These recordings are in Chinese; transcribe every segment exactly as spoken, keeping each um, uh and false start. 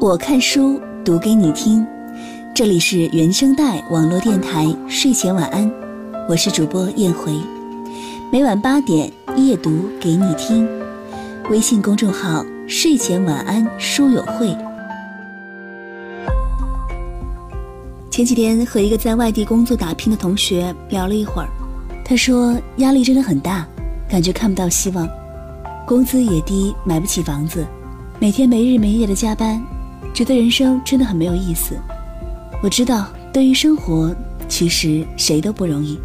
我看书读给你听，这里是原声带网络电台睡前晚安，我是主播燕回，每晚八点夜读给你听，微信公众号睡前晚安书友会。前几天和一个在外地工作打拼的同学聊了一会儿，他说压力真的很大，感觉看不到希望，工资也低，买不起房子，每天没日没夜的加班，觉得人生真的很没有意思。我知道对于生活其实谁都不容易。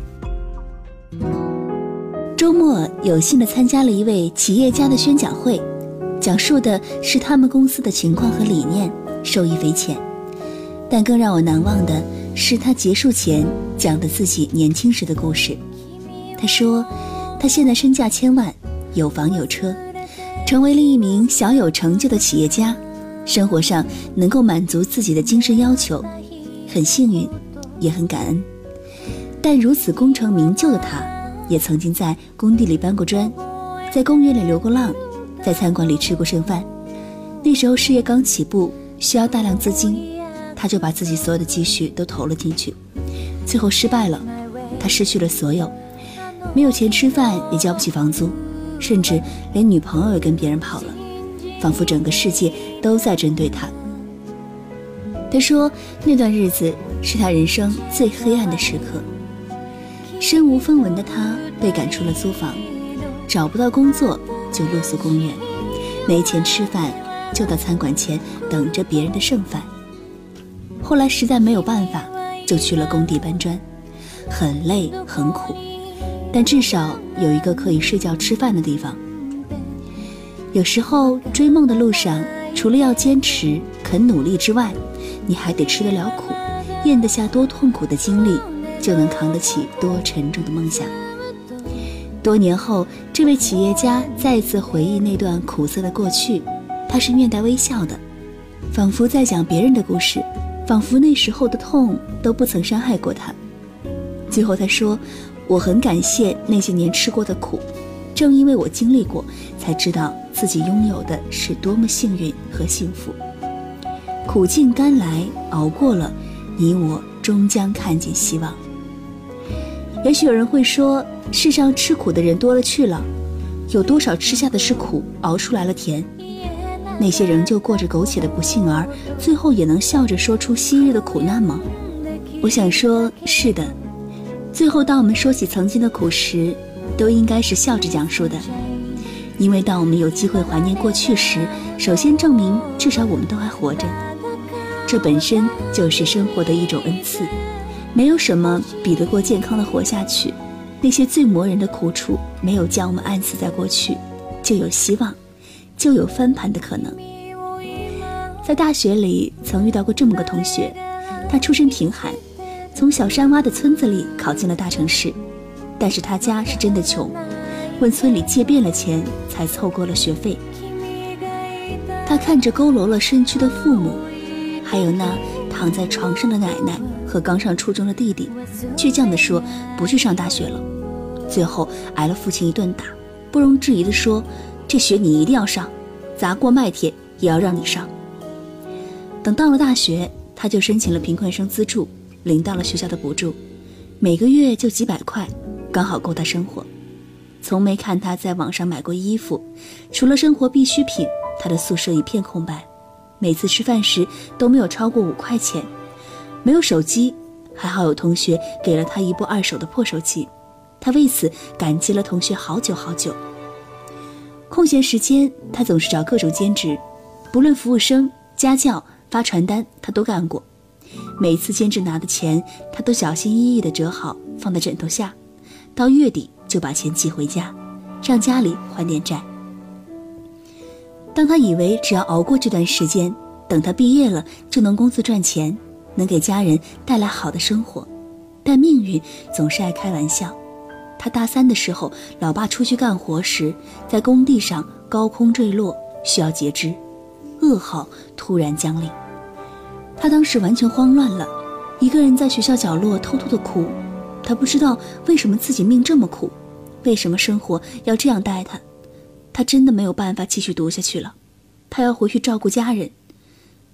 周末有幸的参加了一位企业家的宣讲会，讲述的是他们公司的情况和理念，受益匪浅。但更让我难忘的是他结束前讲的自己年轻时的故事。他说他现在身价千万，有房有车，成为了一名小有成就的企业家，生活上能够满足自己的精神要求，很幸运也很感恩。但如此功成名就的他，也曾经在工地里搬过砖，在公园里流过浪，在餐馆里吃过剩饭。那时候事业刚起步，需要大量资金，他就把自己所有的积蓄都投了进去，最后失败了，他失去了所有，没有钱吃饭，也交不起房租，甚至连女朋友也跟别人跑了，仿佛整个世界都在针对他。他说那段日子是他人生最黑暗的时刻，身无分文的他被赶出了租房，找不到工作就露宿公园，没钱吃饭就到餐馆前等着别人的剩饭。后来实在没有办法，就去了工地搬砖，很累很苦，但至少有一个可以睡觉吃饭的地方。有时候追梦的路上，除了要坚持肯努力之外，你还得吃得了苦，咽得下多痛苦的经历，就能扛得起多沉重的梦想。多年后，这位企业家再次回忆那段苦涩的过去，他是面带微笑的，仿佛在讲别人的故事，仿佛那时候的痛都不曾伤害过他。最后他说，我很感谢那些年吃过的苦，正因为我经历过，才知道自己拥有的是多么幸运和幸福。苦尽甘来，熬过了，你我终将看见希望。也许有人会说，世上吃苦的人多了去了，有多少吃下的是苦，熬出来了甜？那些仍旧过着苟且的不幸儿，最后也能笑着说出昔日的苦难吗？我想说，是的。最后当我们说起曾经的苦时，都应该是笑着讲述的。因为当我们有机会怀念过去时，首先证明至少我们都还活着，这本身就是生活的一种恩赐。没有什么比得过健康的活下去，那些最磨人的苦楚没有将我们按死在过去，就有希望，就有翻盘的可能。在大学里曾遇到过这么个同学，他出身贫寒，从小山洼的村子里考进了大城市，但是他家是真的穷，问村里借遍了钱才凑够了学费。他看着佝偻了身躯的父母，还有那躺在床上的奶奶和刚上初中的弟弟，倔强地说不去上大学了。最后挨了父亲一顿打，不容置疑地说，这学你一定要上，砸锅卖铁也要让你上。等到了大学，他就申请了贫困生资助，领到了学校的补助，每个月就几百块，刚好够他生活。从没看他在网上买过衣服，除了生活必需品，他的宿舍一片空白，每次吃饭时都没有超过五块钱。没有手机，还好有同学给了他一部二手的破手机，他为此感激了同学好久好久。空闲时间，他总是找各种兼职，不论服务生、家教、发传单，他都干过。每次兼职拿的钱，他都小心翼翼地折好，放在枕头下，到月底就把钱寄回家，让家里还点债。当他以为只要熬过这段时间，等他毕业了就能工作赚钱，能给家人带来好的生活，但命运总是爱开玩笑。他大三的时候，老爸出去干活时，在工地上高空坠落，需要截肢，噩耗突然降临。他当时完全慌乱了，一个人在学校角落偷偷的哭。他不知道为什么自己命这么苦，为什么生活要这样待他。他真的没有办法继续读下去了，他要回去照顾家人。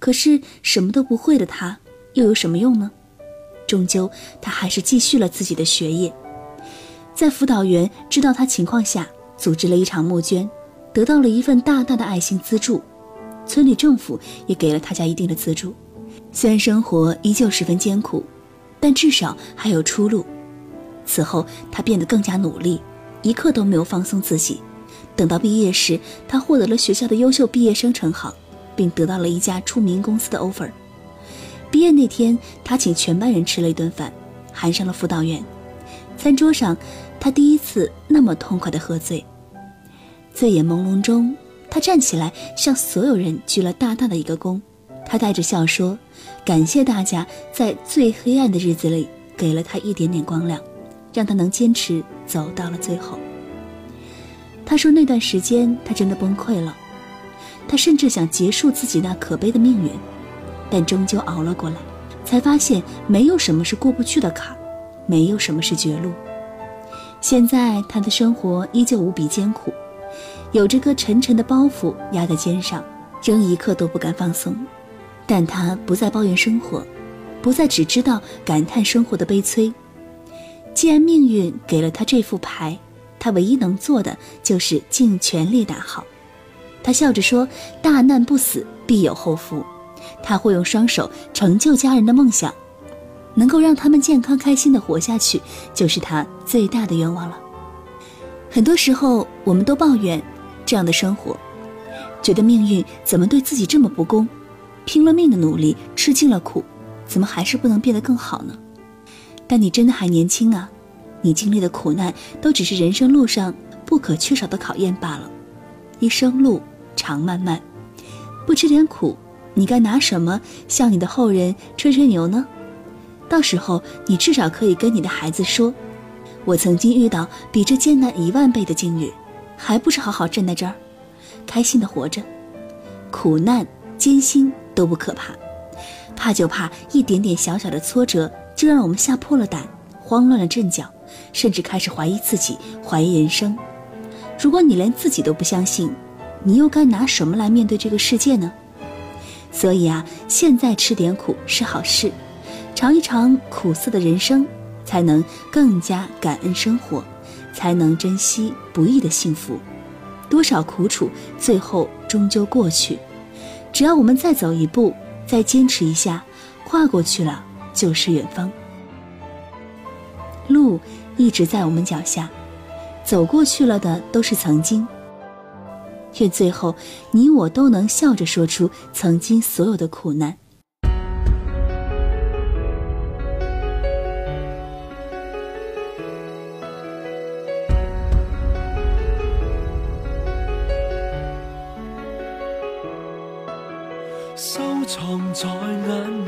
可是什么都不会的他又有什么用呢？终究他还是继续了自己的学业。在辅导员知道他情况下，组织了一场募捐，得到了一份大大的爱心资助。村里政府也给了他家一定的资助。虽然生活依旧十分艰苦，但至少还有出路。此后他变得更加努力，一刻都没有放松自己。等到毕业时，他获得了学校的优秀毕业生称号，并得到了一家出名公司的 offer。 毕业那天，他请全班人吃了一顿饭，含上了辅导员。餐桌上，他第一次那么痛快地喝醉。醉眼朦胧中，他站起来向所有人鞠了大大的一个躬。他带着笑说，感谢大家在最黑暗的日子里给了他一点点光亮，让他能坚持走到了最后。他说那段时间他真的崩溃了，他甚至想结束自己那可悲的命运，但终究熬了过来，才发现没有什么是过不去的坎，没有什么是绝路。现在他的生活依旧无比艰苦，有着个沉沉的包袱压在肩上，仍一刻都不敢放松。但他不再抱怨生活，不再只知道感叹生活的悲催。既然命运给了他这副牌，他唯一能做的就是尽全力打好。他笑着说，大难不死，必有后福。他会用双手成就家人的梦想，能够让他们健康开心地活下去，就是他最大的愿望了。很多时候我们都抱怨这样的生活，觉得命运怎么对自己这么不公，拼了命的努力，吃尽了苦，怎么还是不能变得更好呢？但你真的还年轻啊，你经历的苦难都只是人生路上不可缺少的考验罢了。一生路长漫漫，不吃点苦，你该拿什么向你的后人吹吹牛呢？到时候你至少可以跟你的孩子说，我曾经遇到比这艰难一万倍的境遇，还不是好好站在这儿，开心的活着。苦难艰辛都不可怕，怕就怕一点点小小的挫折就让我们吓破了胆，慌乱了阵脚，甚至开始怀疑自己，怀疑人生。如果你连自己都不相信，你又该拿什么来面对这个世界呢？所以啊，现在吃点苦是好事，尝一尝苦涩的人生，才能更加感恩生活，才能珍惜不易的幸福。多少苦楚最后终究过去，只要我们再走一步，再坚持一下，跨过去了就是远方。路一直在我们脚下，走过去了的都是曾经。愿最后你我都能笑着说出曾经所有的苦难。 收藏在眼眸，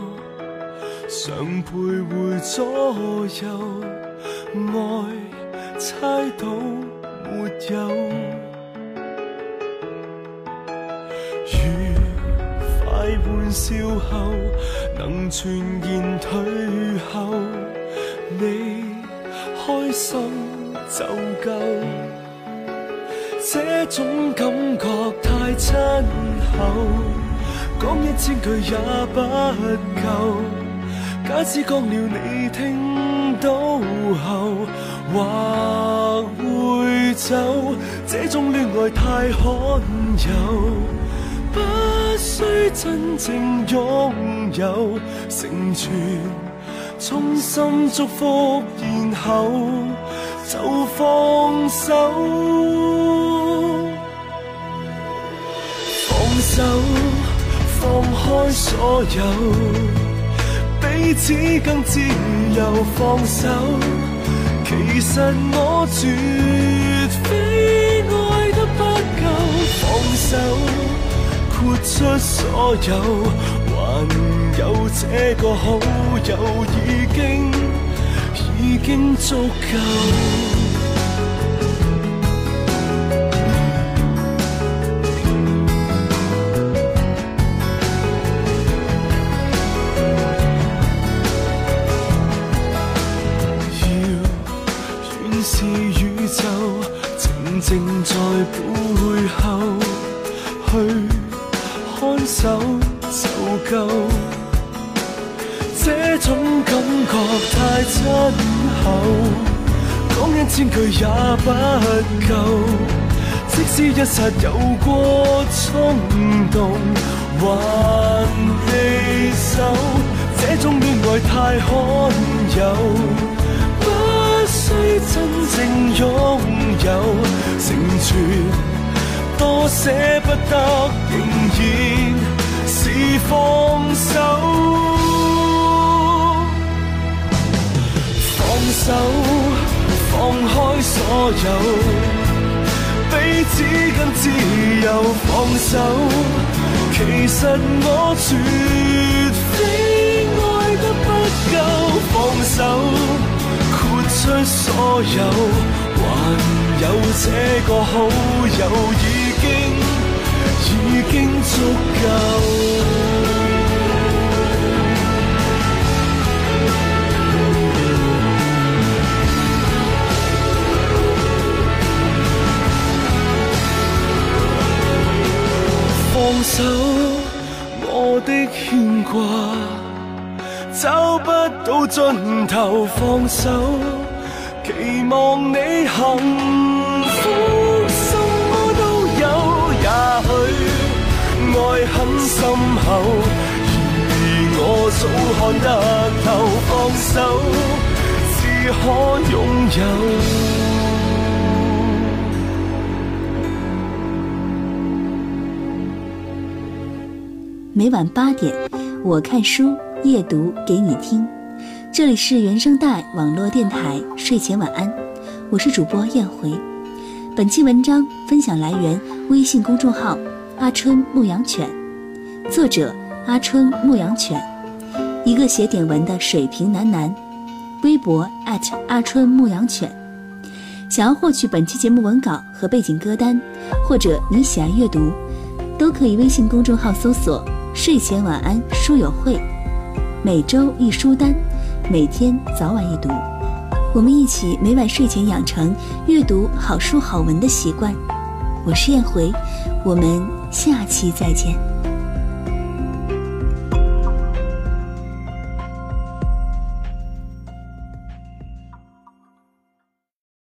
常徘徊左右，愛猜到沒有？愉快玩笑後，能全然退後，你開心就夠。這種感覺太親厚，講一千句也不夠，假使講了你聽到後，或會走。這種戀愛太罕有，不需真正擁有，成全衷心祝福，然後就放手。放手放開所有，彼此更自由。放手，其實我絕非愛得不夠。放手，豁出所有，還有這個好友已經已經足夠。是宇宙靜靜在背後去看守，就感覺太親厚，講一千句也不夠，即使一剎有過衝動，還離手，這種戀愛太罕有，不需真正擁有，成全多捨不得，仍然是放手。放手，放開所有，彼此更自由。放手，其實我絕非愛得不夠。放手，豁出所有，還有這個好友，已經已經足夠。放手，我的牽掛找不到盡頭。放手，期望你幸福，什麼都有。也許愛很深厚，然而我早看得透。放手，只可擁有。 每晚八点，我看书夜读给你听。这里是原声带网络电台睡前晚安，我是主播燕回。本期文章分享来源微信公众号阿春牧羊犬，作者阿春牧羊犬，一个写点文的水平男男，微博 at 阿春牧羊犬。想要获取本期节目文稿和背景歌单，或者你喜爱阅读，都可以微信公众号搜索睡前晚安书友会，每周一书单，每天早晚一读，我们一起每晚睡前养成阅读好书好文的习惯。我是燕回，我们下期再见。